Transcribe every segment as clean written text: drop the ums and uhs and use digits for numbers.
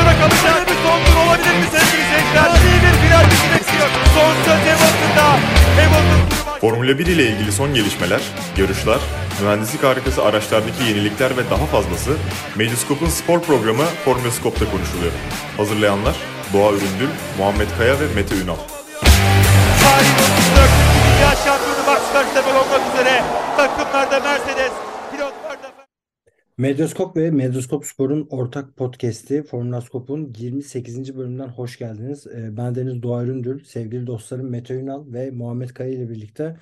sonra kalacak. Bir son tur olabilir mi sevgili seyirciler? İyi bir final bizi bekliyor. Son söz Hamilton'da. Hamilton Formula 1 ile ilgili son gelişmeler, yarışlar, mühendislik harikası araçlardaki yenilikler ve daha fazlası Medyascope'un spor programı Formula Scope'da konuşuluyor. Hazırlayanlar Doğa Üründül, Muhammed Kaya ve Mete Ünal. Tarihin 34. Dünya Şampiyonu Max Verstappen olmak üzere takımlarda Mercedes, pilotlarda Medyaskop ve Medyaskop Spor'un ortak podcast'i Formula Scope'un 28. bölümünden hoş geldiniz. Ben Deniz Doğa Üründül, sevgili dostlarım Mete Ünal ve Muhammed Kaya ile birlikte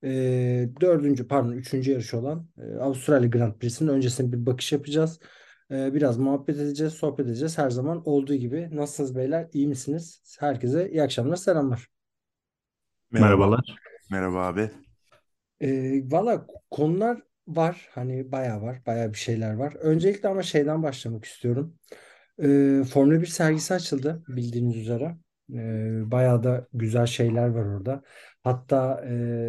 üçüncü yarışı olan Avustralya Grand Prix'sinin öncesine bir bakış yapacağız. Biraz muhabbet edeceğiz, sohbet edeceğiz. Her zaman olduğu gibi. Nasılsınız beyler? İyi misiniz? Herkese iyi akşamlar, selamlar. Merhabalar. Merhaba abi. Valla konular var. Hani bayağı var. Bayağı bir şeyler var. Öncelikle ama şeyden başlamak istiyorum. Formula 1 sergisi açıldı bildiğiniz üzere. Bayağı da güzel şeyler var orada. Hatta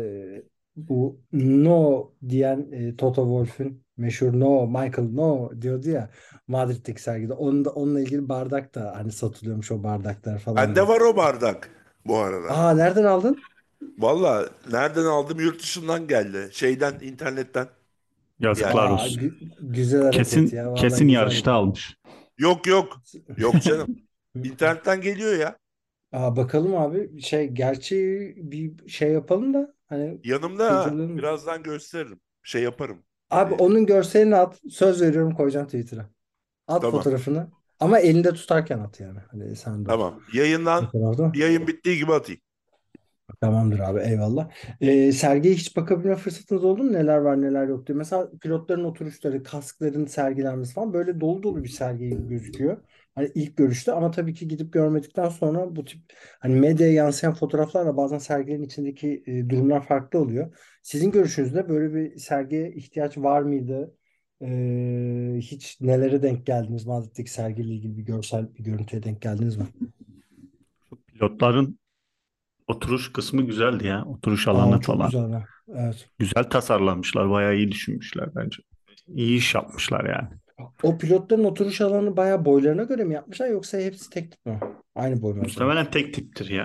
bu no diyen Toto Wolff'ün meşhur no Michael no diyordu ya Madrid'deki sergide. Onunla ilgili bardak da hani satılıyormuş o bardaklar falan Bende da. var o bardak bu arada. Aa, nereden aldın? Valla nereden aldım? Yurt dışından geldi. Şeyden, internetten. Yani Yazıklar Aa, olsun. güzel hareket Kesin ya. Vallahi kesin güzel yarışta hareket. almış. yok yok. Yok canım. İnternetten geliyor ya. Aa, bakalım abi gerçi bir şey yapalım da hani Yanımda ha. Twitter'dan Birazdan gösteririm. Şey yaparım. abi Ee, onun görselini at, söz veriyorum koyacağım Twitter'a, at tamam. fotoğrafını ama elinde tutarken at yani hani sen de ol Tamam. Yayından fotoğrafta. yayın bittiği gibi atayım. Tamamdır abi, eyvallah. Sergiye hiç bakabilme fırsatınız oldu mu? Neler var neler yok diye. Mesela pilotların oturuşları, kaskların sergilenmesi falan böyle dolu dolu bir sergi gibi gözüküyor. Hani ilk görüşte ama tabii ki gidip görmedikten sonra bu tip hani medyaya yansıyan fotoğraflarla bazen sergilerin içindeki durumlar farklı oluyor. Sizin görüşünüzde böyle bir sergiye ihtiyaç var mıydı? Hiç nelere denk geldiniz? Madrid'deki sergiyle ilgili bir görsel bir görüntüye denk geldiniz mi? Pilotların oturuş kısmı güzeldi ya. Oturuş Aa, alanı çok falan. güzel ha. Evet. Güzel tasarlanmışlar. Bayağı iyi düşünmüşler bence. İyi iş yapmışlar yani. O pilotların oturuş alanı bayağı boylarına göre mi yapmışlar yoksa hepsi tek tip mi? Aynı boy mu acaba? Muhtemelen tek tiptir ya.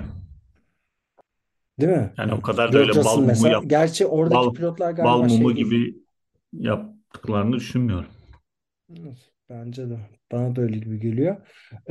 Değil mi? Yani o Yani kadar da George öyle bal Russell mumu mesela. yap Gerçi oradaki bal pilotlar bal galiba mumu şey değil. gibi yaptıklarını düşünmüyorum. Bence de. Bana da öyle gibi geliyor.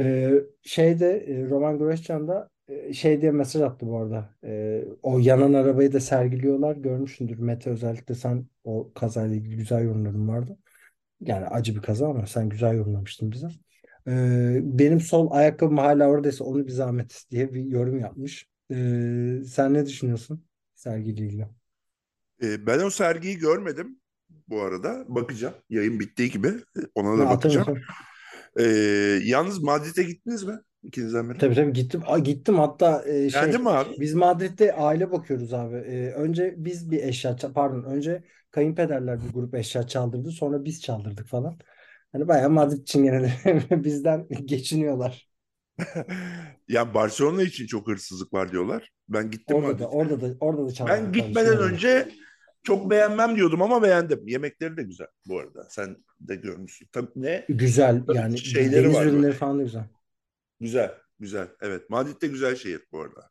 Roman Grosjean da şey diye mesaj attı bu arada. O yanan arabayı da sergiliyorlar. Görmüşsündür Mete, özellikle sen o kazayla ilgili güzel yorumların vardı. Yani acı bir kaza ama sen güzel yorumlamıştın bize. Benim sol ayakkabım hala oradaysa onu bir zahmet diye bir yorum yapmış. Sen ne düşünüyorsun sergiyle ilgili? Ben o sergiyi görmedim bu arada. Bakacağım. Yayın bittiği gibi ona Ha, da atarım bakacağım. atarım. Yalnız Madrid'e gittiniz mi? İkinizden biri. Tabii tabii gittim. Gittim hatta Beğendin mi abi? biz Madrid'de aile bakıyoruz abi. Önce biz bir pardon, önce kayınpederler bir grup eşya çaldırdı, sonra biz çaldırdık falan. Hani bayağı Madrid için gene de bizden geçiniyorlar. Ya Barcelona için çok hırsızlık var diyorlar. Ben gittim Orada da Madrid'e. orada da Ben çaldırdık kardeşim, gitmeden orada da. önce çok beğenmem diyordum ama beğendim. Yemekleri de güzel bu arada. Sen de görmüşsün. Tabii ne? Güzel yani, Şeyleri deniz var böyle. ürünleri falan da güzel. Güzel, güzel. Evet. Madrid de güzel şehir bu arada.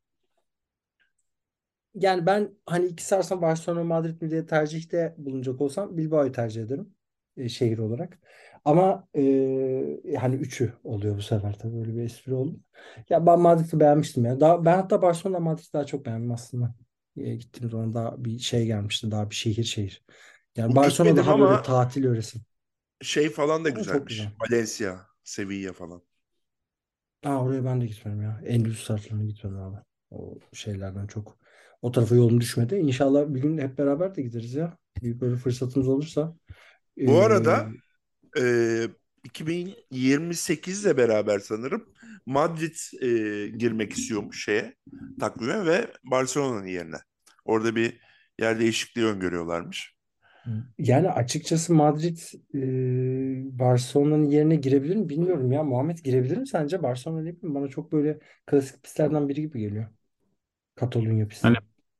Yani ben hani ikisi arasında Barcelona Madrid mi diye tercihte bulunacak olsam Bilbao'yu tercih ederim şehir olarak. Ama hani üçü oluyor bu sefer, tabii böyle bir espri oldu. Ya ben Madrid'i beğenmiştim ya. Ben hatta Barcelona Madrid'i daha çok beğendim aslında. Gittiğim zaman daha bir şey gelmişti. Daha bir şehir. Yani Barcelona Gitmedim daha böyle ama tatil yöresi. şey falan da Ama çok güzel. güzelmiş. Valencia, Sevilla falan. Oraya ben de gitmedim ya. Endülüs taraflarına gitmedim abi. O şeylerden çok. O tarafa yolum düşmedi. İnşallah bir gün hep beraber de gideriz ya. Bir böyle fırsatımız olursa. Bu Ee, arada e, 2028 ile beraber sanırım Madrid girmek istiyormuş şeye, takvime ve Barcelona'nın yerine. Orada bir yer değişikliği öngörüyorlarmış. Yani açıkçası Madrid Barcelona'nın yerine girebilir mi bilmiyorum ya. Muhammed, girebilir mi sence? Barcelona değil mi? Bana çok böyle klasik pistlerden biri gibi geliyor. Katalunya Hani pisti.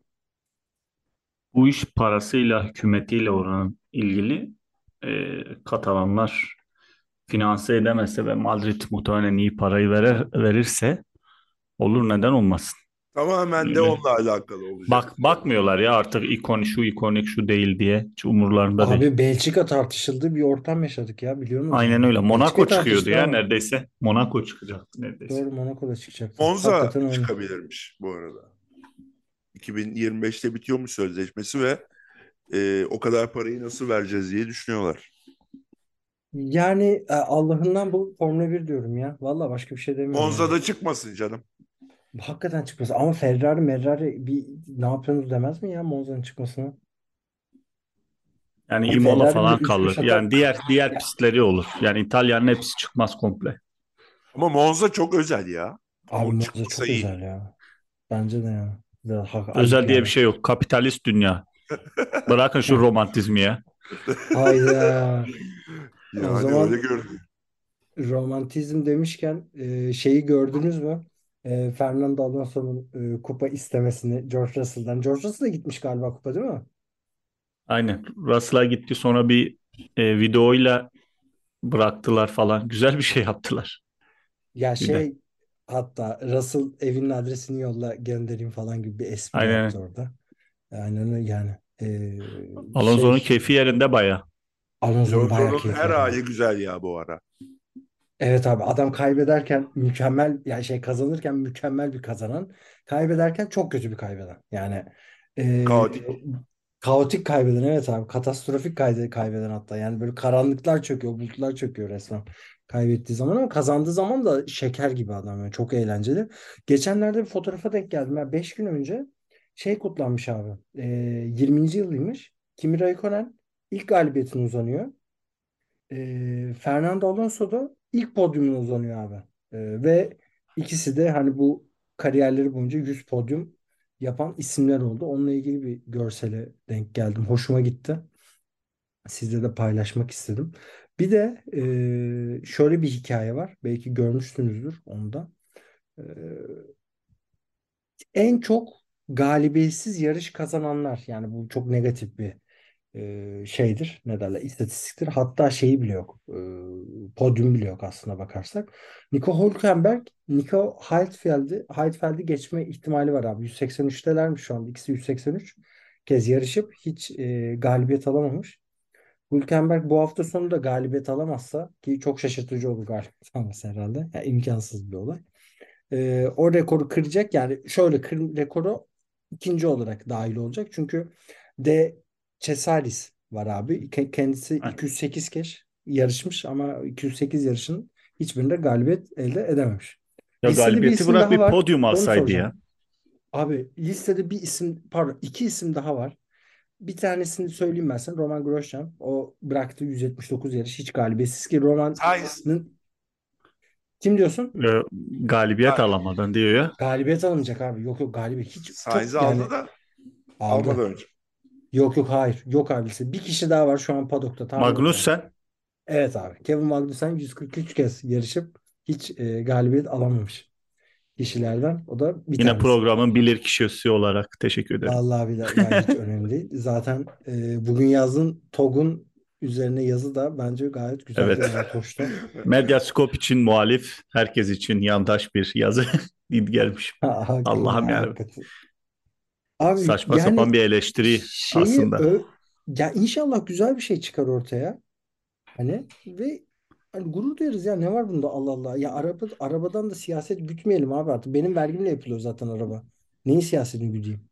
bu iş parasıyla, hükümetiyle oranın ilgili Katalanlar finanse edemezse ve Madrid muhtemelen iyi parayı verirse olur, neden olmasın? Tamamen de Öyle. onunla alakalı olacak. Bakmıyorlar ya artık ikon şu ikonik şu değil diye. Hiç umurlarında değil. Abi Belçika tartışıldığı bir ortam yaşadık ya, biliyorsunuz Aynen yani. öyle. Monaco Belçika çıkıyordu tartıştı ya abi. neredeyse. Monaco çıkacaktı neredeyse. Doğru, Monaco'da çıkacaktı. Monza Hakikaten öyle. çıkabilirmiş bu arada. 2025'te bitiyormuş sözleşmesi ve o kadar parayı nasıl vereceğiz diye düşünüyorlar. Yani Allah'ından bu Formula 1 diyorum ya. Valla başka bir şey demiyorum yani. Monza'da çıkmasın canım. Hakikaten çıkması. Ama Ferrari bir ne yapıyorsunuz demez mi ya Monza'nın çıkmasına? Yani Abi Imola Ferrari bile falan üç beş kalır. hata. Yani diğer Ya, pistleri olur. Yani İtalya'nın hepsi çıkmaz komple. Ama Monza çok özel ya. abi O Monza çıkmasa çok iyi. özel ya. Bence de ya. Biraz ayıp Özel diye bir yani. şey yok. Kapitalist dünya. Bırakın şu romantizmi ya. Hayda. Ya O hadi öyle zaman gör. romantizm demişken şeyi gördünüz mü? Fernando Alonso'nun kupa istemesini George Russell'dan. George Russell'a gitmiş galiba kupa, değil mi? Aynen. Russell'a gitti, sonra bir videoyla bıraktılar falan. Güzel bir şey yaptılar Ya yine. hatta Russell evinin adresini yolla göndereyim falan gibi bir espri yaptı Aynen. orada. Aynen öyle yani. Alonso'nun keyfi yerinde baya. Alonso'nun bayağı Alonso'nun keyfi her yerinde. hali güzel ya bu ara. Evet abi, adam kaybederken mükemmel, yani kazanırken mükemmel bir kazanan, kaybederken çok kötü bir kaybeden. Yani e, Kaotik. kaotik kaybeden, evet abi, katastrofik kaybeden hatta. Yani böyle karanlıklar çöküyor, bulutlar çöküyor resmen kaybettiği zaman, ama kazandığı zaman da şeker gibi adam. Yani çok eğlenceli. Geçenlerde bir fotoğrafa denk geldim. Yani 5 gün önce kutlanmış abi. 20. yılıymış. Kimi Raikkonen ilk galibiyetine uzanıyor. Fernando Alonso da ilk podyumuna uzanıyor abi. Ve ikisi de hani bu kariyerleri boyunca 100 podyum yapan isimler oldu. Onunla ilgili bir görsele denk geldim. Hoşuma gitti. Sizle de paylaşmak istedim. Bir de şöyle bir hikaye var. Belki görmüşsünüzdür onu da. E, En çok galibiyetsiz yarış kazananlar, yani bu çok negatif bir şeydir. Ne derler? İstatistiktir. Hatta şeyi bile yok. Podyum bile yok aslına bakarsak. Nico Heidfeld'i geçme ihtimali var abi. 183'telermiş şu anda. İkisi 183 kez yarışıp hiç galibiyet alamamış. Hülkenberg bu hafta sonu da galibiyet alamazsa, ki çok şaşırtıcı olur galibiyet alması herhalde. Yani imkansız bir olay. O rekoru kıracak. Yani şöyle rekoru ikinci olarak dahil olacak. Çünkü De Cesaris var abi. Kendisi Aynen. 208 kez yarışmış ama 208 yarışın hiçbirinde galibiyet elde edememiş. Ya Listede bir galibiyeti isim bırak, daha bir var. podyum Onu alsaydı ya. soracağım. Abi listede bir isim, pardon, iki isim daha var. Bir tanesini söyleyeyim ben sana. Roman Grosjean. O bıraktı 179 yarış. Hiç galibiyetsiz, ki Sainz. Roman'ın, kim diyorsun? Ee, Galibiyet Ha, alamadan diyor ya. Galibiyet alınacak abi. Yok yok, galibiyet. Hiç Sainz'i çok aldı yani da almadan aldı. önce. Yok yok, hayır. Yok abi. Bir kişi daha var şu an padokta. Tahmin et abi. Magnussen Evet abi. Kevin Magnussen 143 kez yarışıp hiç galibiyet alamamış kişilerden. O da bir yine tanesi. programın bilirkişisi olarak teşekkür ederim. Vallahi bile ya, hiç önemli değil. Zaten bugün yazdığın TOG'un üzerine yazı da bence gayet güzeldi, Evet. gayet hoştu. Medyaskop için muhalif, herkes için yandaş bir yazı gelmiş. Allah'ım Ya yani, hakikaten. Abi saçma sapan yani bir eleştiri şeyi aslında. ya inşallah güzel bir şey çıkar ortaya. Hani ve hani gurur duyarız ya, ne var bunda, Allah Allah. Ya arabadan da siyaset gütmeyelim abi artık. Benim vergimle yapılıyor zaten araba. Neyin siyasetini güdeyim?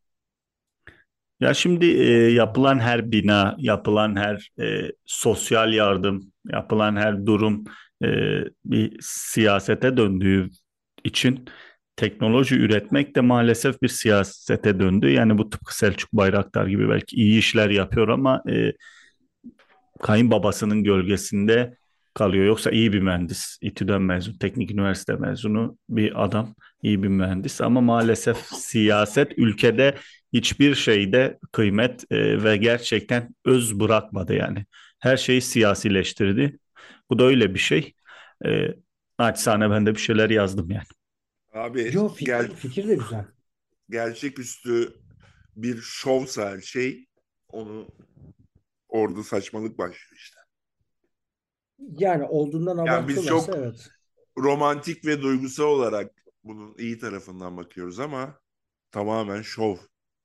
Ya şimdi yapılan her bina, yapılan her sosyal yardım, yapılan her durum e, bir siyasete döndüğü için teknoloji üretmek de maalesef bir siyasete döndü. Yani bu tıpkı Selçuk Bayraktar gibi belki iyi işler yapıyor ama kayınbabasının gölgesinde kalıyor. Yoksa iyi bir mühendis, İTÜ'den mezun, teknik üniversite mezunu bir adam, iyi bir mühendis. Ama maalesef siyaset ülkede hiçbir şeyde kıymet ve gerçekten öz bırakmadı yani. Her şeyi siyasileştirdi. Bu da öyle bir şey. E, Naçizane ben de bir şeyler yazdım yani. Abi Yo, fikir de güzel. gerçeküstü bir şovsa her şey onu orada saçmalık başlıyor işte. Yani olduğundan Yani biz abartıyorlarsa çok evet. romantik ve duygusal olarak bunun iyi tarafından bakıyoruz ama tamamen şov.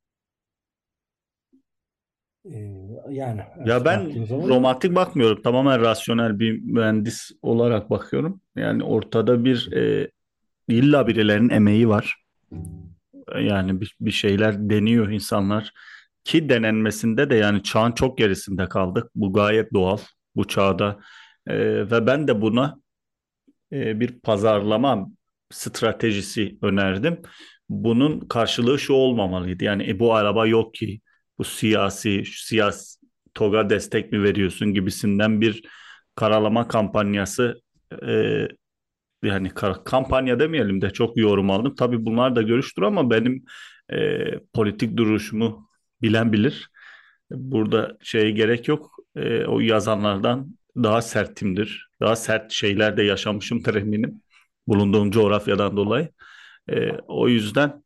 Yani Ya evet ben baktığın zaman romantik bakmıyorum. Tamamen rasyonel bir mühendis olarak bakıyorum. Yani ortada illa birilerinin emeği var. Yani bir şeyler deniyor insanlar ki denenmesinde de yani çağın çok gerisinde kaldık. Bu gayet doğal bu çağda. Ve ben de buna bir pazarlama stratejisi önerdim. Bunun karşılığı şu olmamalıydı. Yani bu araba yok ki bu siyasi TOG'a destek mi veriyorsun gibisinden bir karalama kampanyası e, yani kampanya demeyelim de çok yorum aldım. Tabii bunlar da görüştür ama benim politik duruşumu bilen bilir. Burada şeye gerek yok. O yazanlardan daha sertimdir. Daha sert şeyler de yaşamışımdır eminim. Bulunduğum coğrafyadan dolayı. O yüzden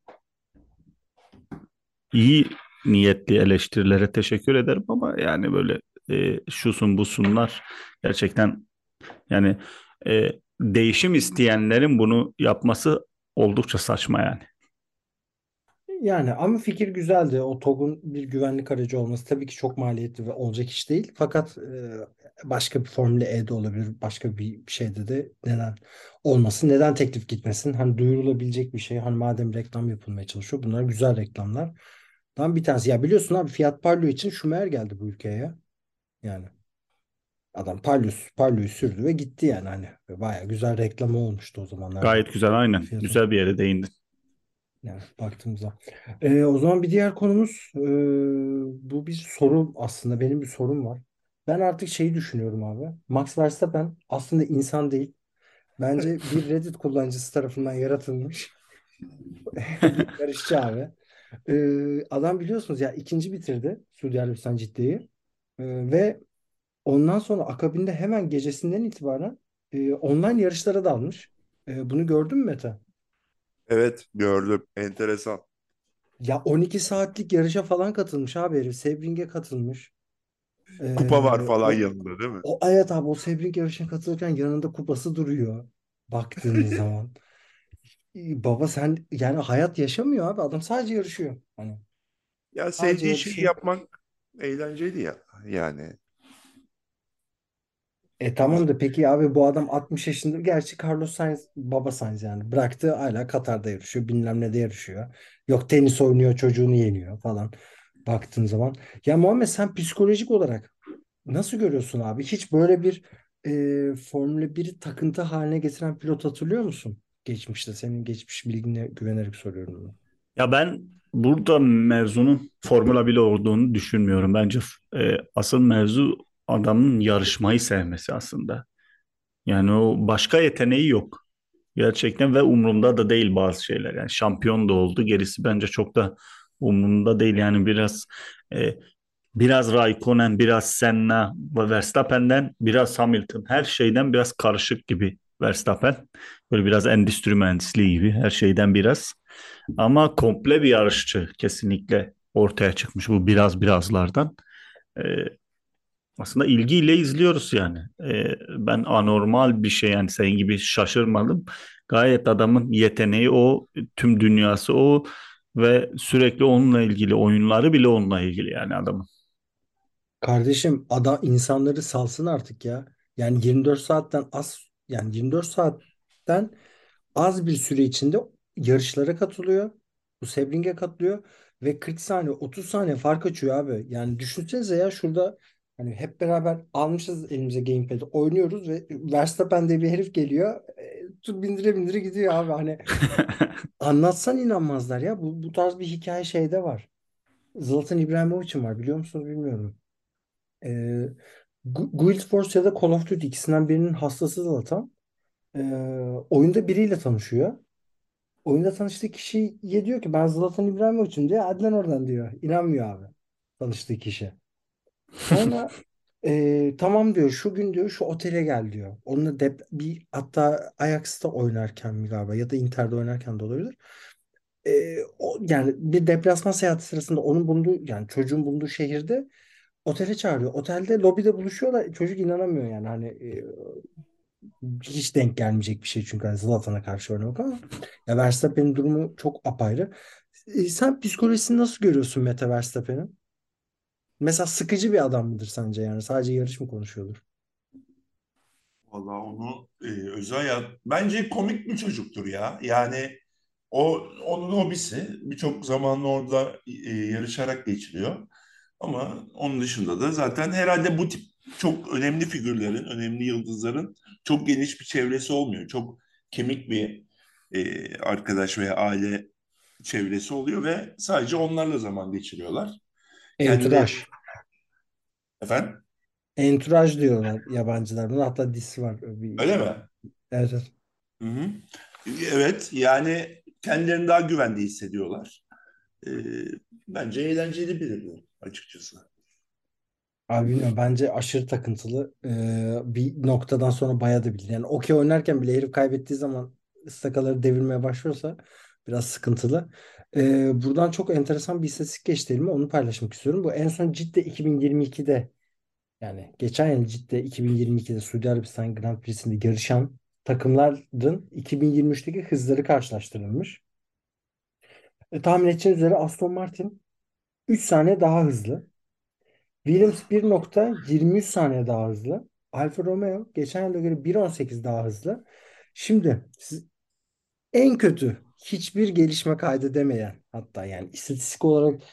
iyi niyetli eleştirilere teşekkür ederim ama yani böyle şusun busunlar gerçekten yani değişim isteyenlerin bunu yapması oldukça saçma yani. yani ama fikir güzeldi. O TOG'un bir güvenlik aracı olması tabii ki çok maliyetli ve olacak iş değil. Fakat başka bir Formula E'de olabilir. Başka bir şeyde de neden olmasın? Neden teklif gitmesin? Hani duyurulabilecek bir şey. Hani madem reklam yapılmaya çalışıyor. Bunlar güzel reklamlar. Tam bir tanesi. Ya biliyorsun abi Fiat Palio için Schumacher geldi bu ülkeye ya. Yani adam Palio'yu sürdü ve gitti yani hani. Bayağı güzel reklamı olmuştu o zamanlarda. Gayet güzel aynen. Fiat'ın. Güzel bir yere değindin. Yani baktığımızda. O zaman bir diğer konumuz bu bir soru aslında. Benim bir sorum var. Ben artık şeyi düşünüyorum abi. Max Verstappen aslında insan değil. Bence bir Reddit kullanıcısı tarafından yaratılmış bir yarışçı abi. Adam biliyorsunuz ya ikinci bitirdi Suudi Arabistan Cidde'yi. Ve ondan sonra akabinde hemen gecesinden itibaren online yarışlara dalmış. Bunu gördün mü Mete? Evet, gördüm. Enteresan. Ya 12 saatlik yarışa falan katılmış abi herif. Sebring'e katılmış. Kupa var falan O, yanında değil mi? o evet abi o Sebring yarışına katılırken yanında kupası duruyor. Baktığınız zaman. Baba sen yani hayat yaşamıyor abi. Adam sadece yarışıyor. Hani Ya sadece sevdiği şeyi yarışıyor. yapmak eğlenceli ya. Yani Tamam da peki abi bu adam 60 yaşında. Gerçi Carlos Sainz baba Sainz yani. Bıraktı hala Katar'da yarışıyor. Bilmem ne de yarışıyor. Yok tenis oynuyor çocuğunu yeniyor falan. Baktığın zaman. Ya Muhammed sen psikolojik olarak nasıl görüyorsun abi? Hiç böyle bir Formula 1'i takıntı haline getiren pilot hatırlıyor musun? Geçmişte senin geçmiş bilgine güvenerek soruyorum bunu. Ya ben burada mevzunun Formula 1 olduğunu düşünmüyorum. Bence asıl mevzu adamın yarışmayı sevmesi aslında. Yani o başka yeteneği yok. Gerçekten ve umurumda da değil bazı şeyler. Yani şampiyon da oldu. Gerisi bence çok da umurumda değil. Yani e, biraz Raikkonen, biraz Senna ve Verstappen'den biraz Hamilton. Her şeyden biraz karışık gibi Verstappen. Böyle biraz endüstri mühendisliği gibi her şeyden biraz. Ama komple bir yarışçı kesinlikle ortaya çıkmış bu birazlardan. Ee, Aslında ilgiyle izliyoruz yani. Ben anormal bir şey yani senin gibi şaşırmadım. Gayet adamın yeteneği o, tüm dünyası o ve sürekli onunla ilgili oyunları bile onunla ilgili yani adamın. Kardeşim adam insanları salsın artık ya. Yani 24 saatten az yani 24 saatten az bir süre içinde yarışlara katılıyor. Bu Sebring'e katılıyor ve 40 saniye 30 saniye fark açıyor abi. Yani düşünsenize ya şurada hani hep beraber almışız elimize gamepad'i oynuyoruz ve Verstappen diye bir herif geliyor. Bindire bindire gidiyor abi. Hani anlatsan inanmazlar ya. Bu tarz bir hikaye şeyde var. Zlatan İbrahimovic'in var biliyor musunuz bilmiyorum. Ee, Guild Force ya da Call of Duty ikisinden birinin hastası Zlatan. Ee, Oyunda biriyle tanışıyor. Oyunda tanıştığı kişiye diyor ki ben Zlatan İbrahimovic'im diyor. Hadi lan oradan diyor. İnanmıyor abi tanıştığı kişi. Sonra tamam diyor şu gün diyor şu otele gel diyor. Onunla bir hatta Ajax'ta oynarken mi galiba ya da Inter'de oynarken de olabilir. Yani bir deplasman seyahati sırasında onun bulunduğu yani çocuğun bulunduğu şehirde Otele çağırıyor. Otelde lobide buluşuyorlar. Çocuk inanamıyor yani. Hani hiç denk gelmeyecek bir şey çünkü hani Zlatan'a karşı oynamak ama ya Verstappen'in durumu çok apayrı. Sen psikolojisini nasıl görüyorsun Mete Verstappen'in? Mesela sıkıcı bir adam mıdır sence yani? Sadece yarış mı konuşuyordur? Vallahi onu özel hayat bence komik bir çocuktur ya. Yani onun hobisi birçok zamanını orada yarışarak geçiriyor. Ama onun dışında da zaten herhalde bu tip çok önemli figürlerin, önemli yıldızların çok geniş bir çevresi olmuyor. Çok kemik bir arkadaş veya aile çevresi oluyor ve sadece onlarla zaman geçiriyorlar. Kendi Entourage. efendim Entourage diyorlar yabancılar. Buna hatta dizisi var. öyle mi? Evet, evet. Hı hı. Evet, yani kendilerini daha güvende hissediyorlar. Ee, Bence eğlenceli birileri açıkçası. Abi bilmiyorum bence aşırı takıntılı. Bir noktadan sonra bayağı bildi. Yani okey oynarken bile herif kaybettiği zaman ıstakaları devirmeye başlıyorsa biraz sıkıntılı. Buradan çok enteresan bir istatistik geçti elime. Onu paylaşmak istiyorum. Bu en son Cidde 2022'de yani geçen yıl Cidde 2022'de Suudi Arabistan Grand Prix'sinde yarışan takımların 2023'teki hızları karşılaştırılmış. Tahmin edeceğiniz üzere Aston Martin 3 saniye daha hızlı. Williams 1,23 saniye daha hızlı. Alfa Romeo geçen yıla göre 1,18 daha hızlı. Şimdi en kötü hiçbir gelişme kaydedemeyen hatta yani istatistik olarak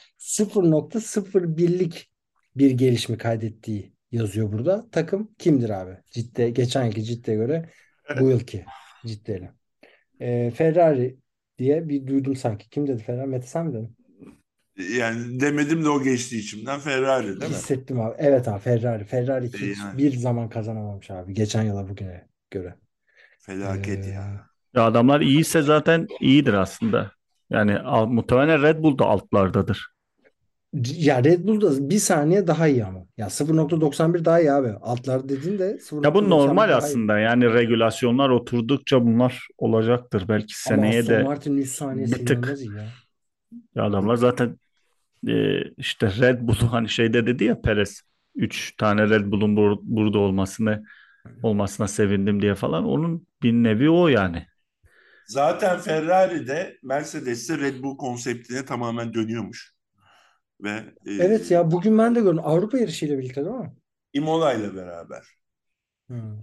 0,01'lik bir gelişme kaydettiği yazıyor burada. Takım kimdir abi? Cidde, geçen yılki Cidde'ye göre bu yılki Cidde'yle. Ferrari diye bir duydum sanki. Kim dedi Ferrari? Mete sen mi dedin? Yani demedim de o geçti içimden Ferrari değil mi? Hissettim abi. Evet abi Ferrari. Ferrari Yani hiçbir zaman kazanamamış abi. Geçen yıla bugüne göre. felaket Ee, ya. Ya adamlar iyiyse zaten iyidir aslında. Yani muhtemelen Red Bull da altlardadır. Ya Red Bull da bir saniye daha iyi ama. Ya 0,91 daha iyi abi. Altlar dediğin de Ya bu 0,91 normal daha iyi. aslında. Yani regülasyonlar oturdukça bunlar olacaktır. Belki Ama seneye Aston de Martin 100 saniyesi bir tık. inanılmaz iyi ya. Ya adamlar zaten işte Red Bull'u hani şeyde dedi ya Perez 3 tane Red Bull'un burada olmasına sevindim diye falan. Onun bir nevi o yani. Zaten Ferrari de Mercedes'te Red Bull konseptine tamamen dönüyormuş. Ve Evet ya bugün ben de gördüm. Avrupa yarışıyla birlikte değil mi? Imola ile beraber. Hmm.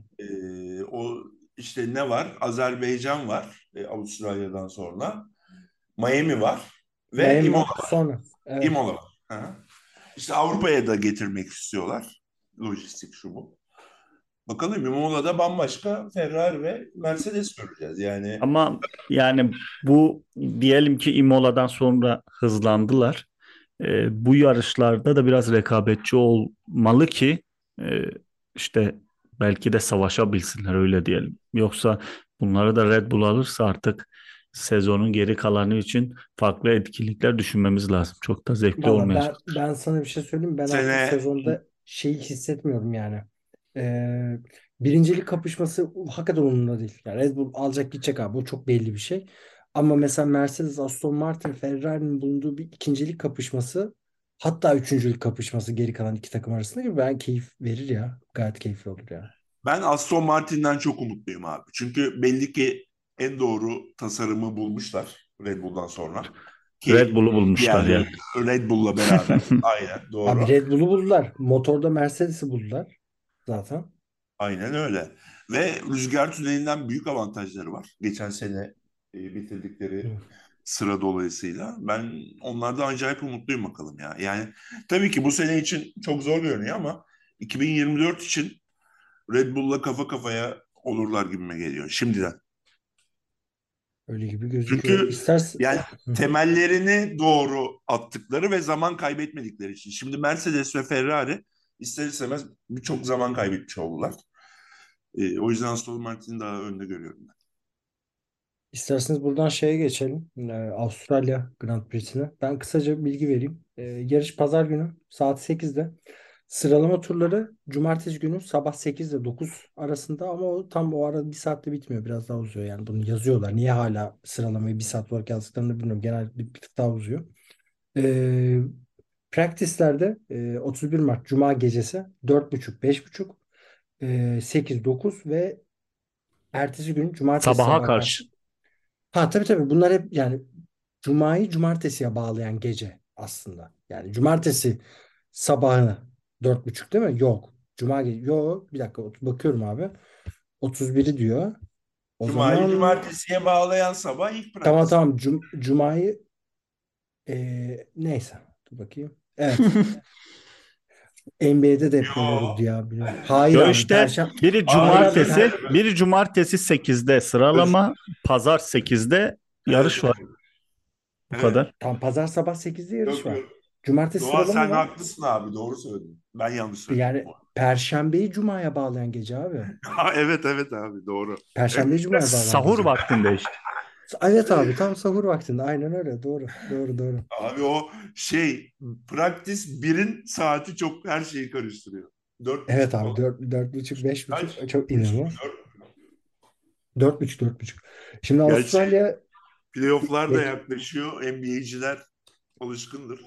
O işte ne var? Azerbaycan var Avustralya'dan sonra. Miami var ve Miami Imola var. var. Sonra. Evet. Imola var. Hı hı. İşte Avrupa'ya da getirmek istiyorlar. Lojistik şu bu. Bakalım Imola'da bambaşka Ferrari ve Mercedes göreceğiz. Yani Ama yani bu diyelim ki Imola'dan sonra hızlandılar. Bu yarışlarda da biraz rekabetçi olmalı ki e, işte belki de savaşabilsinler öyle diyelim. Yoksa bunları da Red Bull alırsa artık sezonun geri kalanı için farklı etkinlikler düşünmemiz lazım. Çok da zevkli Valla olmayacak. ben sana bir şey söyleyeyim. Ben artık sene sezonda şeyi hissetmiyorum yani. Ee, birincilik kapışması hakikaten umurumda değil. Yani Red Bull alacak gidecek abi. Bu çok belli bir şey. Ama mesela Mercedes, Aston Martin, Ferrari'nin bulunduğu bir ikincilik kapışması hatta üçüncülük kapışması geri kalan iki takım arasında gibi ben keyif verir ya. Gayet keyifli olur ya. ben Aston Martin'den çok umutluyum abi. Çünkü belli ki en doğru tasarımı bulmuşlar Red Bull'dan sonra. Red Ki Bull'u bulmuşlar diğerleri ya. Red Bull'la beraber. Aynen Abi doğru. Red Bull'u buldular. Motorda Mercedes'i buldular zaten. Aynen öyle. Ve rüzgar tünelinden büyük avantajları var. Geçen sene bitirdikleri sıra dolayısıyla. Ben onlardan acayip umutluyum bakalım ya. Yani tabii ki bu sene için çok zor görünüyor ama 2024 için Red Bull'la kafa kafaya olurlar gibime geliyor şimdiden. Öyle gibi gözüküyor. Çünkü İstersen yani temellerini doğru attıkları ve zaman kaybetmedikleri için. Şimdi Mercedes ve Ferrari ister istemez birçok zaman kaybetmiş oldular. O yüzden Aston Martin'i daha önde görüyorum ben. İsterseniz buradan şeye geçelim. Avustralya Grand Prix'sine. Ben kısaca bilgi vereyim. Yarış pazar günü saat 8'de. Sıralama turları cumartesi günü sabah 8 ile 9 arasında ama o tam o ara bir saatte bitmiyor. Biraz daha uzuyor yani. Bunu yazıyorlar. Niye hala sıralamayı bir saat olarak yazdıklarını bilmiyorum. Genel bir tık daha uzuyor. Ee, Practice'lerde 31 Mart Cuma gecesi 4.30, 5.30, 8, 9 ve ertesi gün Cumartesi Sabaha sabaha karşı. karşı. Ha, tabii tabii, bunlar hep yani Cuma'yı Cumartesi'ye bağlayan gece aslında. Yani Cumartesi sabahı 4.30 değil mi? Yok. Cuma gece. Yok. Bir dakika bakıyorum abi. 31'i diyor. O Cuma'yı zaman cumartesiye bağlayan sabah ilk tamam praktis. tamam, Cuma'yı neyse. Dur bakayım. Evet. NBA'de de hep böyle olurdu Yo. ya, biliyorum. Hayır Yo abi, işte biri Hayır Hayır, abi, cumartesi, biri cumartesi 8'de evet, sıralama, pazar 8'de evet, yarış var. Bu evet. kadar. tam pazar sabah 8'de yarış Yok, var. yok. Cumartesi Doğa, sıralama sen var. haklısın abi, doğru söyledin. Ben yanlış söyledim. Yani Perşembeyi Cuma'ya bağlayan gece abi. Ha, evet, evet abi, doğru. Perşembeyi Cuma'ya bağlayan Sahur gece. vaktinde işte. Evet abi, tam sahur vaktinde. Aynen öyle. Doğru. Doğru doğru. Abi o şey, praktis birin saati çok her şeyi karıştırıyor. Dört Evet buçuk abi, falan. 4.30, beş Kaç? buçuk çok Üç mü? inanılmaz. Dört mü? 4.30, 4.30. Şimdi Gerçi Avustralya playofflar da geç. yaklaşıyor. NBA'ciler alışkındır.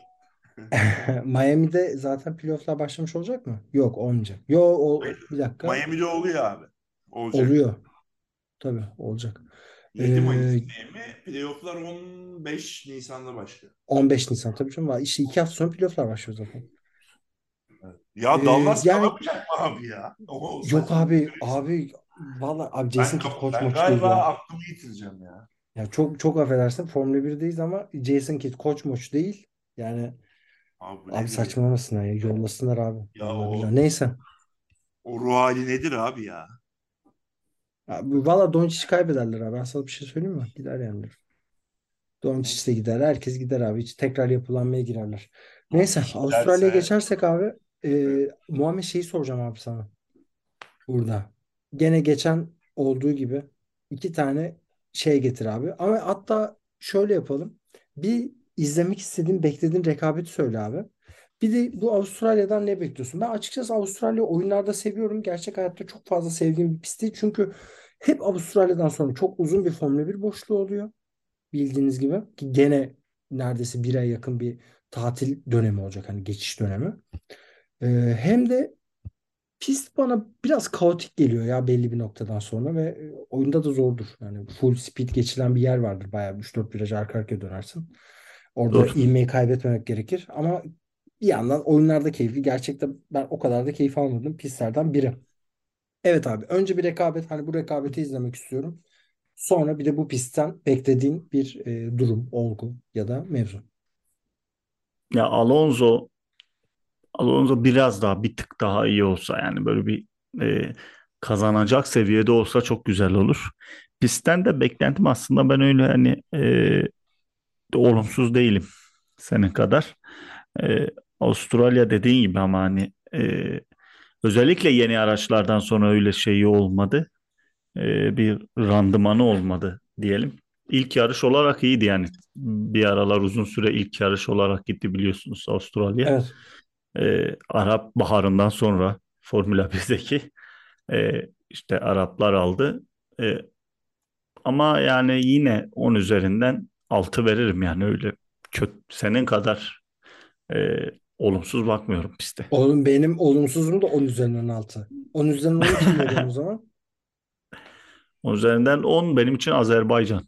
Miami'de zaten playofflar başlamış olacak mı? Yok, olmayacak. Yok, bir dakika. Miami'de oluyor abi. Olacak. Oluyor. Tabii olacak. 7 Mayıs Ee, değil mi? Playofflar 15 Nisan'da başlıyor. 15 Nisan tabii canım. İşte 2 hafta sonra playofflar başlıyor zaten. Evet. Ya Dallas Yani kalamayacak mı abi ya? O yok saçmalık. abi, valla abi, Jason Kidd koç Ben moç değil galiba ya. aklımı yitireceğim ya. Ya çok çok affedersin, Formula 1'deyiz ama Jason Kidd koç moç değil. Yani Abi bu abi nedir ya? saçmalamasınlar ya. Yollasınlar abi. Ya Vallahi billahi. o Neyse. o ruh hali nedir abi ya? Abi, valla Doncic kaybederler abi. Ben sana bir şey söyleyeyim mi? Gider yani. Doncic de Neyse. gider. Herkes gider abi. Hiç tekrar yapılanmaya girerler. Neyse, Doncic Avustralya'ya giderse geçersek abi, Muhammed, şeyi soracağım abi sana burada. Gene geçen olduğu gibi iki tane şey getir abi. Ama hatta şöyle yapalım. Bir izlemek istediğin, beklediğin rekabeti söyle abi. Bir de bu Avustralya'dan ne bekliyorsun? Ben açıkçası Avustralya oyunlarda seviyorum. Gerçek hayatta çok fazla sevdiğim bir pist değil. Çünkü hep Avustralya'dan sonra çok uzun bir Formula 1 boşluğu oluyor. Bildiğiniz gibi, ki gene neredeyse bir ay yakın bir tatil dönemi olacak, hani geçiş dönemi. Hem de pist bana biraz kaotik geliyor ya belli bir noktadan sonra ve oyunda da zordur. Yani full speed geçilen bir yer vardır. Bayağı 3-4 viraj arka arkaya dönersin. Orada Dur. ivmeyi kaybetmemek gerekir. Ama bir yandan oyunlarda keyifli. Gerçekten ben o kadar da keyif almadım pistlerden biri. Evet abi, önce bir rekabet, hani bu rekabeti izlemek istiyorum. Sonra bir de bu pistten beklediğin bir durum, olgu ya da mevzu. Ya Alonso biraz daha bir tık daha iyi olsa, yani böyle bir e, kazanacak seviyede olsa çok güzel olur. Pistten de beklentim aslında, ben öyle hani olumsuz değilim senin kadar. E, Avustralya dediğin gibi, ama hani özellikle yeni araçlardan sonra öyle şeyi olmadı. Bir randımanı olmadı diyelim. İlk yarış olarak iyiydi yani. Bir aralar uzun süre ilk yarış olarak gitti biliyorsunuz Avustralya. Evet. Arap Baharı'ndan sonra Formula 1'deki işte Araplar aldı. E, Ama yani yine 10 üzerinden 6 veririm, yani öyle kötü, senin kadar e, olumsuz bakmıyorum piste. Oğlum, benim olumsuzum da 10 üzerinden 6. 10 üzerinden 10'u kim veriyorsun o zaman? 10 üzerinden 10 benim için Azerbaycan.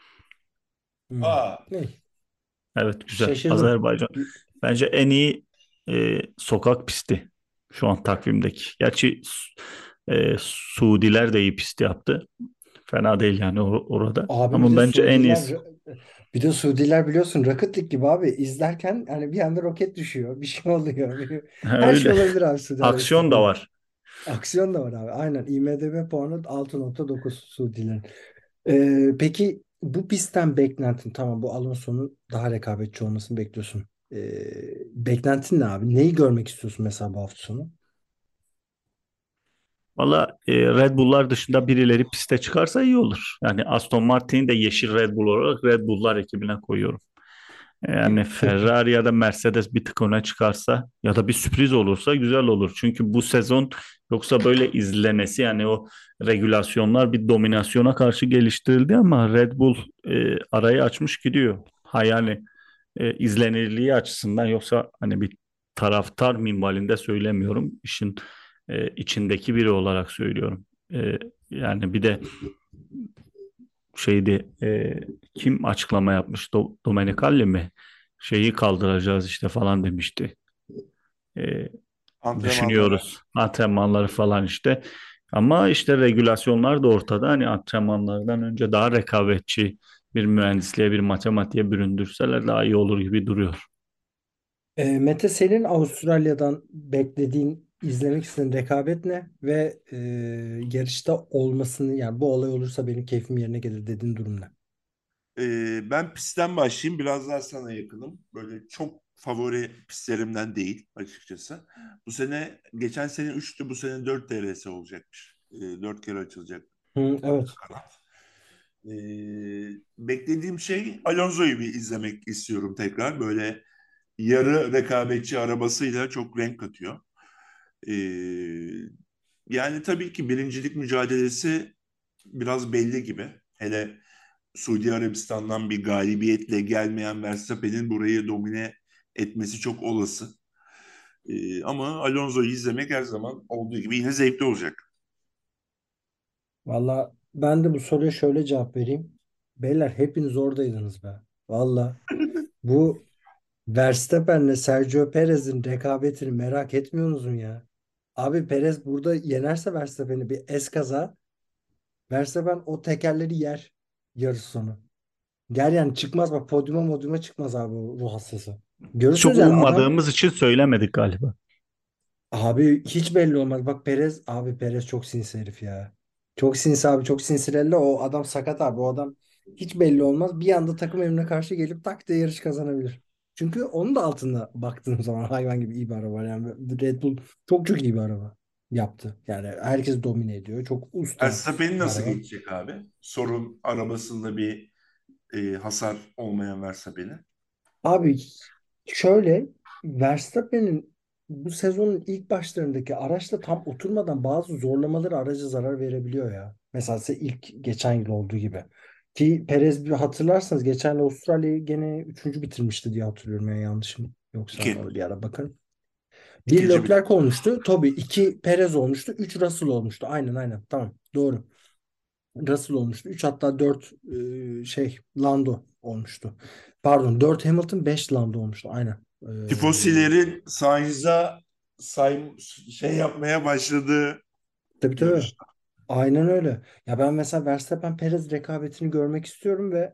aa, Ne? Evet, güzel. Şaşırdım. Azerbaycan. Bence en iyi sokak pisti şu an takvimdeki. Gerçi Suudiler de iyi pist yaptı. Fena değil yani orada. Abi bir Ama de bence en Suudiler iyisi. biliyorsun Rocket League gibi abi. İzlerken hani bir anda roket düşüyor. Bir şey oluyor. Her şey Öyle. olabilir abi Suudi Aksiyon da Arabistan'da. var. Aksiyon da var abi. Aynen. IMDb puanı 6.9 Suudilerin. Peki bu pistten beklentin, tamam, bu Alonso'nun daha rekabetçi olmasını bekliyorsun. Beklentin ne abi? Neyi görmek istiyorsun mesela bu hafta sonu? Valla Red Bull'lar dışında birileri piste çıkarsa iyi olur. Yani Aston Martin'i de yeşil Red Bull olarak Red Bull'lar ekibine koyuyorum. Yani Ferrari ya da Mercedes bir tık öne çıkarsa ya da bir sürpriz olursa güzel olur. Çünkü bu sezon yoksa böyle izlemesi, yani o regülasyonlar bir dominasyona karşı geliştirildi ama Red Bull arayı açmış gidiyor. Ha yani izlenirliği açısından, yoksa hani bir taraftar minvalinde söylemiyorum. İşin içindeki biri olarak söylüyorum. Yani bir de şeydi, kim açıklama yapmış? Domenicali mi? Şeyi kaldıracağız işte falan demişti. E, Antrenmanlara. Düşünüyoruz. Antrenmanları falan işte. Ama işte regülasyonlar da ortada. Hani antrenmanlardan önce daha rekabetçi bir mühendisliğe, bir matematiğe büründürseler daha iyi olur gibi duruyor. Mete, senin Avustralya'dan beklediğin, izlemek istediğin rekabet ne? Ve yarışta olmasını, yani bu olay olursa benim keyfim yerine gelir dediğin durum ne? Ben pistten başlayayım. Biraz daha sana yakınım. Böyle çok favori pistlerimden değil açıkçası. Bu sene, geçen sene 3'tü, bu sene 4 DRS olacakmış. 4 kere açılacak Hı, evet. kanat. Beklediğim şey, Alonso'yu bir izlemek istiyorum tekrar. Böyle yarı rekabetçi arabasıyla çok renk katıyor. Ee, Yani tabii ki birincilik mücadelesi biraz belli gibi. Hele Suudi Arabistan'dan bir galibiyetle gelmeyen Verstappen'in burayı domine etmesi çok olası. Ama Alonso'yu izlemek her zaman olduğu gibi yine zevkli olacak. Valla ben de bu soruya şöyle cevap vereyim. Beyler, hepiniz oradaydınız be. Valla bu Verstappen'le Sergio Perez'in rekabetini merak etmiyorsunuz mu ya? Abi Perez burada yenerse Verstappen'i bir eskaza, Verstappen o tekerleri yer yarış sonu. Gel yani, çıkmaz bak, podyuma çıkmaz abi o ruh hastası. Çok Görürsünüz yani adam, ummadığımız için söylemedik galiba. abi hiç belli olmaz. Bak Perez, abi Perez çok sinsi herif ya. Çok sinsi abi, çok sinsirelli, o adam sakat abi, o adam hiç belli olmaz. Bir anda takım emrine karşı gelip tak diye yarış kazanabilir. Çünkü onun da altında baktığım zaman hayvan gibi iyi bir araba var. Yani Red Bull çok çok iyi bir araba yaptı. Yani herkes domine ediyor. Çok usta Verstappen'i bir nasıl araba. geçecek abi? Sorun arabasında bir hasar olmayan Verstappen'i. Abi şöyle, Verstappen'in bu sezonun ilk başlarındaki araçla tam oturmadan bazı zorlamaları araca zarar verebiliyor ya. Mesela size ilk geçen yıl olduğu gibi. Ki Perez, bir hatırlarsanız geçen yıl Avustralya'yı gene üçüncü bitirmişti diye hatırlıyorum, ya yanlışım yoksa İki. bir ara bakın. Bir İkinci bir. Leclerc olmuştu. Tabii iki Perez olmuştu. Üç Russell olmuştu. Aynen aynen. Tamam. Doğru. Russell olmuştu. 3 hatta 4 Lando olmuştu. Pardon, 4 Hamilton, 5 Lando olmuştu. Aynen. Tifosilerin Sainz'a şey yapmaya başladığı Tabii tabii. yarışta. Aynen öyle. Ya ben mesela Verstappen Perez rekabetini görmek istiyorum ve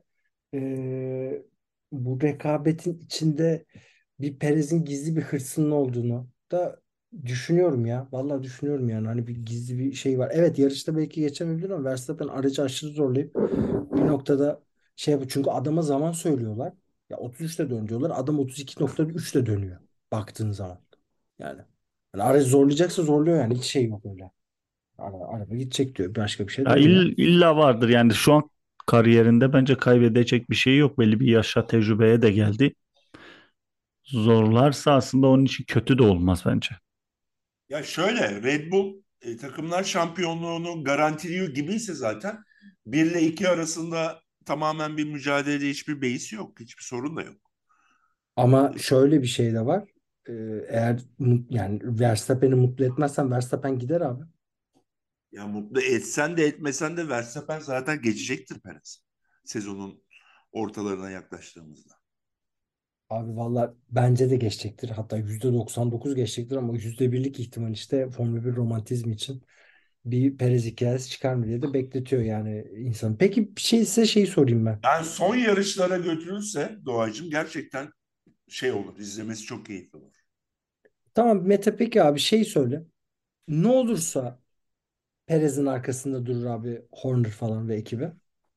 bu rekabetin içinde bir Perez'in gizli bir hırsının olduğunu da düşünüyorum ya. Vallahi düşünüyorum yani. Hani bir gizli bir şey var. Evet, yarışta belki geçemeyebilir ama Verstappen aracı aşırı zorlayıp bir noktada şey yapıyor. Çünkü adama zaman söylüyorlar. Ya 33'te dön diyorlar. Adam 32,3'te dönüyor. Baktığın zaman. Yani aracı zorlayacaksa zorluyor yani. Hiç şey yok öyle. Araba gidecek diyor. Başka bir şey Ya demiyor. illa vardır yani, şu an kariyerinde bence kaybedecek bir şey yok. Belli bir yaşa, tecrübeye de geldi. Zorlarsa aslında onun için kötü de olmaz bence. Ya şöyle, Red Bull takımlar şampiyonluğunu garantiliyor gibiyse zaten 1 ile 2 arasında tamamen bir mücadelede hiçbir beis yok. Hiçbir sorun da yok. Ama şöyle bir şey de var. Ee, Eğer yani Verstappen'i mutlu etmezsen Verstappen gider abi. Ya mutlu etsen de etmesen de Verstappen zaten geçecektir Perez. Sezonun ortalarına yaklaştığımızda. Abi valla bence de geçecektir. Hatta %99 geçecektir ama %1'lik ihtimal işte Formula 1 romantizmi için bir Perez hikayesi çıkar mı diye de bekletiyor yani insan. Peki bir şey, size şey sorayım ben. Yani son yarışlara götürülse Doğacığım gerçekten şey olur. İzlemesi çok keyifli olur. Tamam Mete, peki abi şey söyle. Ne olursa Perez'in arkasında durur abi Horner falan ve ekibi.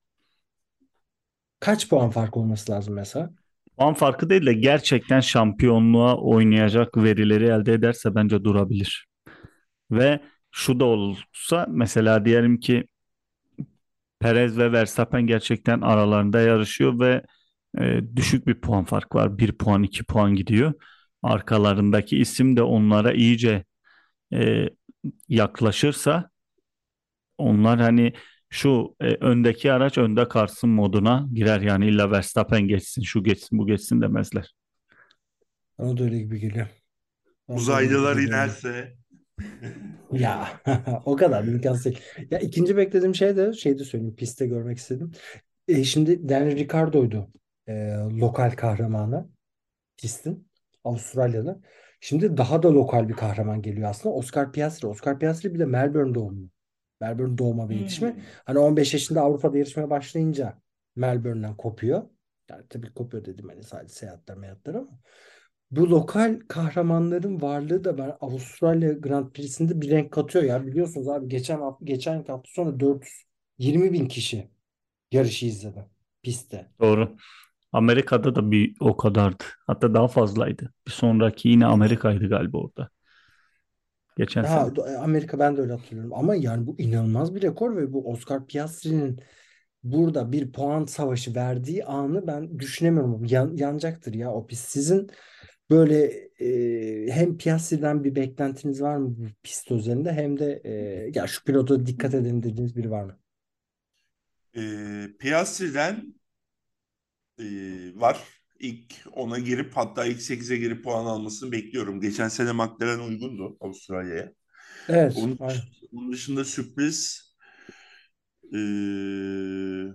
Kaç puan fark olması lazım mesela? Puan farkı değil de gerçekten şampiyonluğa oynayacak verileri elde ederse bence durabilir. Ve şu da olursa, mesela diyelim ki Perez ve Verstappen gerçekten aralarında yarışıyor ve düşük bir puan fark var. Bir puan, 2 puan gidiyor. Arkalarındaki isim de onlara iyice e, yaklaşırsa, onlar hani Şu öndeki araç önde kalsın moduna girer. Yani illa Verstappen geçsin, şu geçsin, bu geçsin demezler. Bana da öyle gibi geliyor. Bana da öyle gibi Uzaylılar geliyor. inerse Ya o kadar imkansız değil. Ya ikinci beklediğim şey de şeydi söyleyeyim. Pistte görmek istedim. Şimdi Daniel Ricciardo'ydu. E, lokal kahramanı pistin. Avustralyalı. Şimdi daha da lokal bir kahraman geliyor aslında. Oscar Piastri. Oscar Piastri bir de Melbourne doğumlu. Melbourne doğma ve yetişme. Hmm. Hani 15 yaşında Avrupa'da yarışmaya başlayınca Melbourne'den kopuyor. Yani tabii kopuyor dedim hani sadece seyahatler meyahatler ama. Bu lokal kahramanların varlığı da ben Avustralya Grand Prix'sinde bir renk katıyor ya. Biliyorsunuz abi geçen hafta sonu 420 bin kişi yarışı izledi pistte. Doğru. Amerika'da da bir o kadardı. Hatta daha fazlaydı. Bir sonraki yine Amerika'ydı galiba orada. Geçen sene. Amerika ben de öyle hatırlıyorum. Ama yani bu inanılmaz bir rekor ve bu Oscar Piastri'nin burada bir puan savaşı verdiği anı ben düşünemiyorum. Yanacaktır ya o pist. Sizin böyle hem Piastri'den bir beklentiniz var mı bu pist üzerinde hem de ya şu pilota dikkat edin dediğiniz biri var mı? Piastri'den var. İlk 10'a girip hatta ilk 8'e girip puan almasını bekliyorum. Geçen sene McLaren uygundu Avustralya'ya. Evet. Onun, Aynen. onun dışında ee,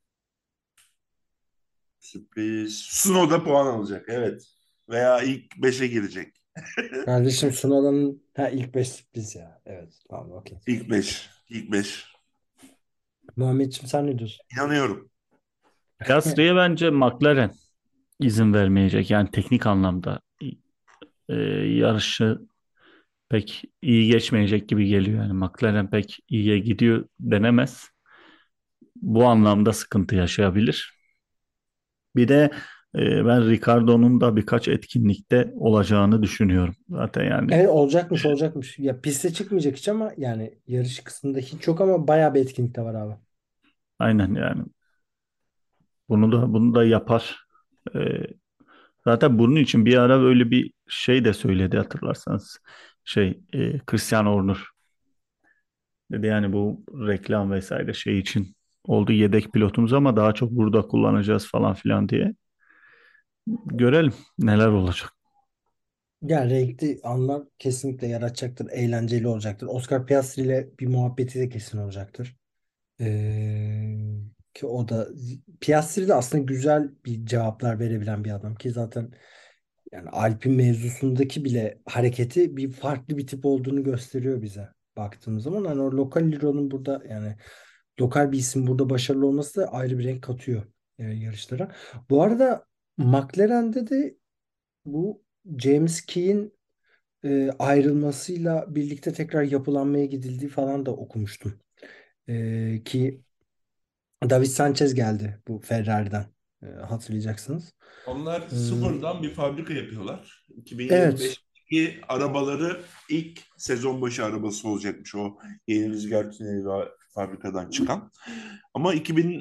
sürpriz Tsunoda puan alacak. Evet. Veya ilk 5'e girecek. Kardeşim Sunal'ın ilk 5 sürpriz ya. Evet. Tamam okey. İlk 5. İlk 5. Muhammedciğim sen ne diyorsun? İnanıyorum. Piastri'ye bence McLaren izin vermeyecek. Yani teknik anlamda yarışı pek iyi geçmeyecek gibi geliyor. Yani McLaren pek iyiye gidiyor denemez. Bu anlamda sıkıntı yaşayabilir. Bir de ben Ricardo'nun da birkaç etkinlikte olacağını düşünüyorum. Zaten yani Evet olacakmış. Ya piste çıkmayacak hiç ama yani yarış kısmında hiç yok ama bayağı bir etkinlik de var abi. aynen yani bunu da yapar. E, Zaten bunun için bir ara böyle bir şey de söyledi hatırlarsanız. Christian Horner dedi yani bu reklam vesaire şey için oldu yedek pilotumuz ama daha çok burada kullanacağız falan filan diye. Görelim neler olacak. Yani renkli anlar kesinlikle yaratacaktır. Eğlenceli olacaktır. Oscar Piastri ile bir muhabbeti de kesin olacaktır. Ee, ki o da Piastri de aslında güzel bir cevaplar verebilen bir adam ki zaten yani Alp'in mevzusundaki bile hareketi bir farklı bir tip olduğunu gösteriyor bize baktığımız zaman. Hani o lokal Liro'nun burada yani lokal bir isim burada başarılı olması da ayrı bir renk katıyor yarışlara. Bu arada McLaren'de de bu James Key'in ayrılmasıyla birlikte tekrar yapılanmaya gidildiği falan da okumuştum. Ki David Sanchez geldi bu Ferrari'den hatırlayacaksınız. Onlar E, sıfırdan bir fabrika yapıyorlar. evet. 2025'teki arabaları ilk sezon başı arabası olacakmış o yeni rüzgar tüneli fabrikadan çıkan. Ama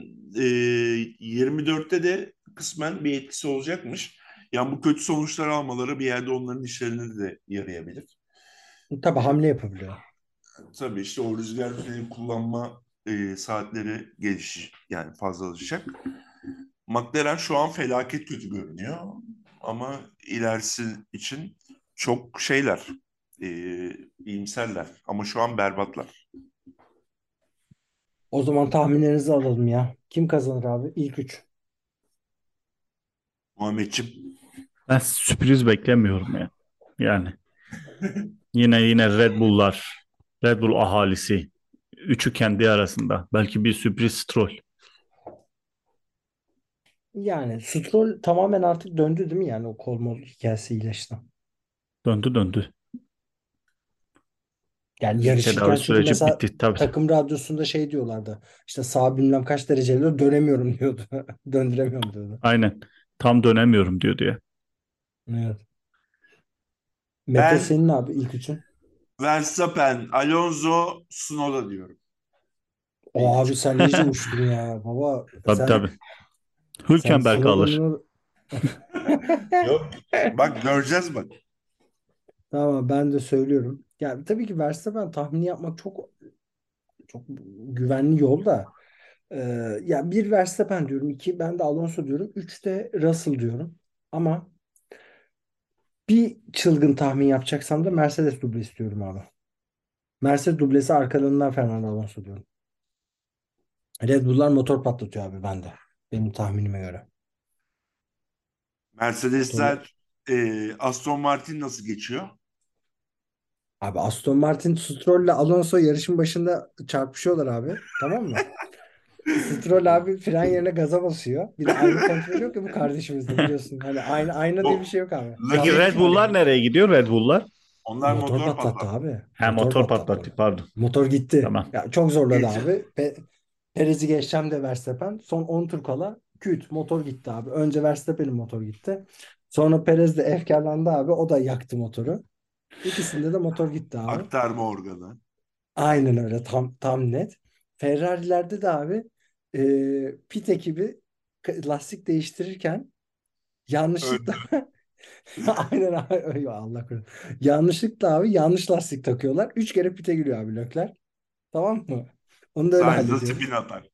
2024'te de kısmen bir etkisi olacakmış. Yani bu kötü sonuçlar almaları bir yerde onların işlerine de yarayabilir. Tabii hamle yapabiliyor. Tabii işte o rüzgar tüneli kullanma saatleri yani fazlalaşacak. McLaren şu an felaket kötü görünüyor. Ama ilerisi için çok e, iyimserler. Ama şu an berbatlar. O zaman tahminlerinizi alalım ya. Kim kazanır abi? İlk üç. Muhammedciğim. Ben sürpriz beklemiyorum ya. Yani yine Red Bull'lar, Red Bull ahalisi, üçü kendi arasında. Belki bir sürpriz Stroll. Yani Stroll tamamen artık döndü değil mi? Yani o Kolmol hikayesiyle işte. Döndü. Yani Tedavi yarışırken çünkü süreci mesela bitti tabii. takım radyosunda şey diyorlardı. İşte sağ bilmem kaç dereceyle dönemiyorum diyordu. Döndüremiyorum diyordu. Aynen. Tam dönemiyorum diyor diye. Evet. Mete Ben senin abi ilk üçün. Verstappen, Alonso, Tsunoda diyorum. O İlk abi üç. sen iyice uçtun ya. Baba Tabii. sen Hülkenberg alır. sloganını Yok. Bak göreceğiz bak. tamam ben de söylüyorum. Yani tabii ki Verstappen tahmini yapmak çok Çok güvenli yol da. Ee, Ya bir Verstappen diyorum, iki ben de Alonso diyorum, üç de Russell diyorum. Ama bir çılgın tahmin yapacaksam da Mercedes duble istiyorum abi. Mercedes dublesi arkalarından Fernando Alonso diyorum. Red Bull'lar motor patlatıyor abi bende. Benim tahminime göre. Motor... Mercedesler Aston Martin nasıl geçiyor? Abi Aston Martin Stroll'le Alonso yarışın başında çarpışıyorlar abi. Tamam mı? Stroll abi fren yerine gaza basıyor. Bir de ayna kontrolü yok ya bu kardeşimizde biliyorsun. Hani ayna diye bir O şey yok abi. Peki Yanlış Red mı Bull'lar biliyorum? nereye gidiyor? Red Bull'lar? onlar Motor motor patlattı patlattı. abi. Ha, Motor motor patlattı. patlattı, pardon. Motor gitti. Tamam. Ya çok zorladı Geçen, abi. Perez'i geçeceğim de Verstappen. Son 10 tur kala küt motor gitti abi. Önce Verstappen'in motor gitti. Sonra Perez de efkarlandı abi. O da yaktı motoru. İkisinde de motor gitti abi. aktarma organı. Aynen öyle. Tam net. Ferrari'lerde de abi pit ekibi lastik değiştirirken yanlışlıkla Öldü. aynen abi. Ay, Allah korusun. Yanlışlıkla abi yanlış lastik takıyorlar. 3 kere pite giriyor abi Leclerc. Tamam mı? Onu da öyle Sainz'da spin hallediyoruz. atar.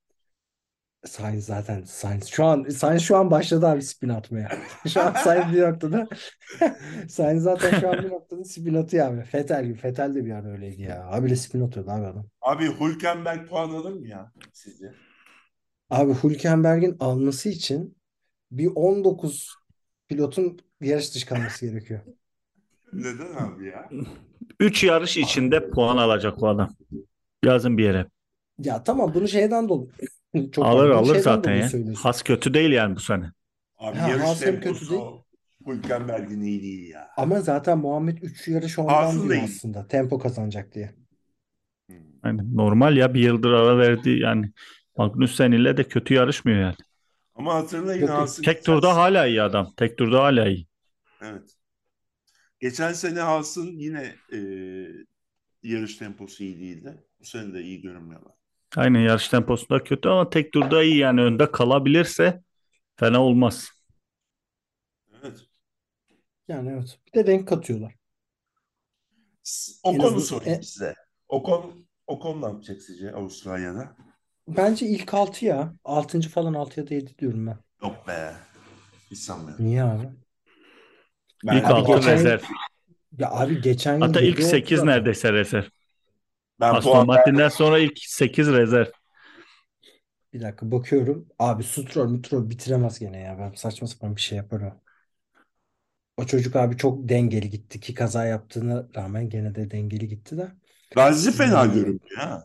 Sainz şu an başladı abi spin atmaya. Şu an Sainz bir noktada Sainz zaten şu an bir noktada spin atıyor abi. Vettel de bir ara öyleydi ya. Abi de spin atıyordu abi adam. Abi Hülkenberg puan alır mı ya sizce? Abi Hülkenberg'in alması için bir 19 pilotun yarış dışı kalması gerekiyor. Neden abi ya? 3 yarış içinde puan alacak o adam. Yazın bir yere. Ya tamam bunu şeyden dolayı çok Alır pardon bunu alır şeyden zaten dolayı ya. söylüyorsun. Has kötü değil yani bu sene. Abi Ha, yarış Haas hem kötü değil temposu Hülkenberg'in iyi değil ya. ama zaten Muhammed 3 yarış ondan Haas'ın da diyor iyi. aslında. Tempo kazanacak diye. Hmm. Yani normal ya, bir yıldır ara verdi yani. Magnussen ile de kötü yarışmıyor yani. Ama hatırlayın Yok yok. Haas'ın Tek turda hala iyi adam. Tek turda hala iyi. evet. Geçen sene Haas'ın yine yarış temposu iyi değildi. Bu sene de iyi görünmüyorlar. Aynen, yarış temposunda kötü ama tek turda iyi yani, önde kalabilirse fena olmaz. Evet. Yani evet. Bir de renk katıyorlar. En Ocon'u azından sorayım size. Ocon ne yapacak sizce Avustralya'da? bence ilk 6 ya. 6. falan 6 ya da 7 diyorum ben. Yok be. Hiç sanmıyorum. Niye abi? İlk Ben Abi altı geçen puan yıl rezerv. ya abi geçen yıl Hatta ilk 7 oldu 8 zaten. neredeyse rezerv. ben Aston puan Martin'den sonra ilk 8 rezerv. Bir dakika bakıyorum. Abi Stroll bitiremez gene ya. Ben saçma sapan bir şey yapar o. O çocuk abi çok dengeli gitti ki kaza yaptığına rağmen gene de dengeli gitti de. Gazi fena Ee, görünmüyor ha.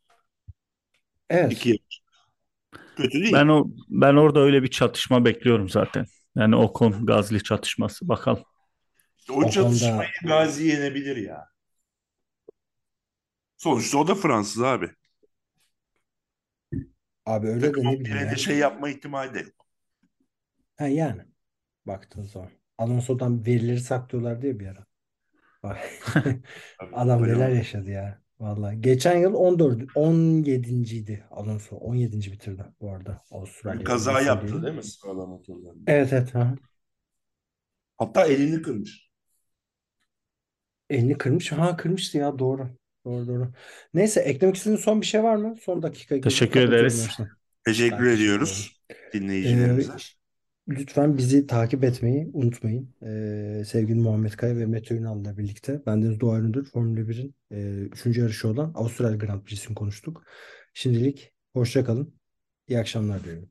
evet. İki kötü Ben değil. o ben orada öyle bir çatışma bekliyorum zaten. Yani Ocon Gasly çatışması, bakalım. İşte o O çatışmayı konuda Gazi yenebilir ya. Sonuçta o da Fransız abi. abi öyle de ne Takımın bileyim birine ya. şey yapma ihtimali de yok. Ha yani baktığın zaman. Alonso'dan verileri saklıyorlar diye bir ara. Bak. Tabii, Adam öyle neler oldu. yaşadı ya. Vallahi. Geçen yıl 14, 17.ydi Alonso. 17. bitirdi bu arada Bir Avustralya. Onu da kaza yaptı söyleyelim. değil mi sıralama motorlarında? Evet evet. Ha. Hatta elini kırmış. Elini kırmış. Ha kırmıştı ya doğru. Doğru. Neyse eklemek istediğin son bir şey var mı? Son dakika geçip Teşekkür kapatıyorum ederiz. yoksa. Ben Teşekkür teşekkür ederim. ediyoruz dinleyicilerimize. Lütfen bizi takip etmeyi unutmayın. Sevgili Muhammed Kaya ve Mete Ünal'la birlikte bendeniz Doğa Üründür Formula 1'in 3. yarışı olan Avustralya Grand Prix'sini konuştuk. Şimdilik hoşça kalın. İyi akşamlar diliyorum.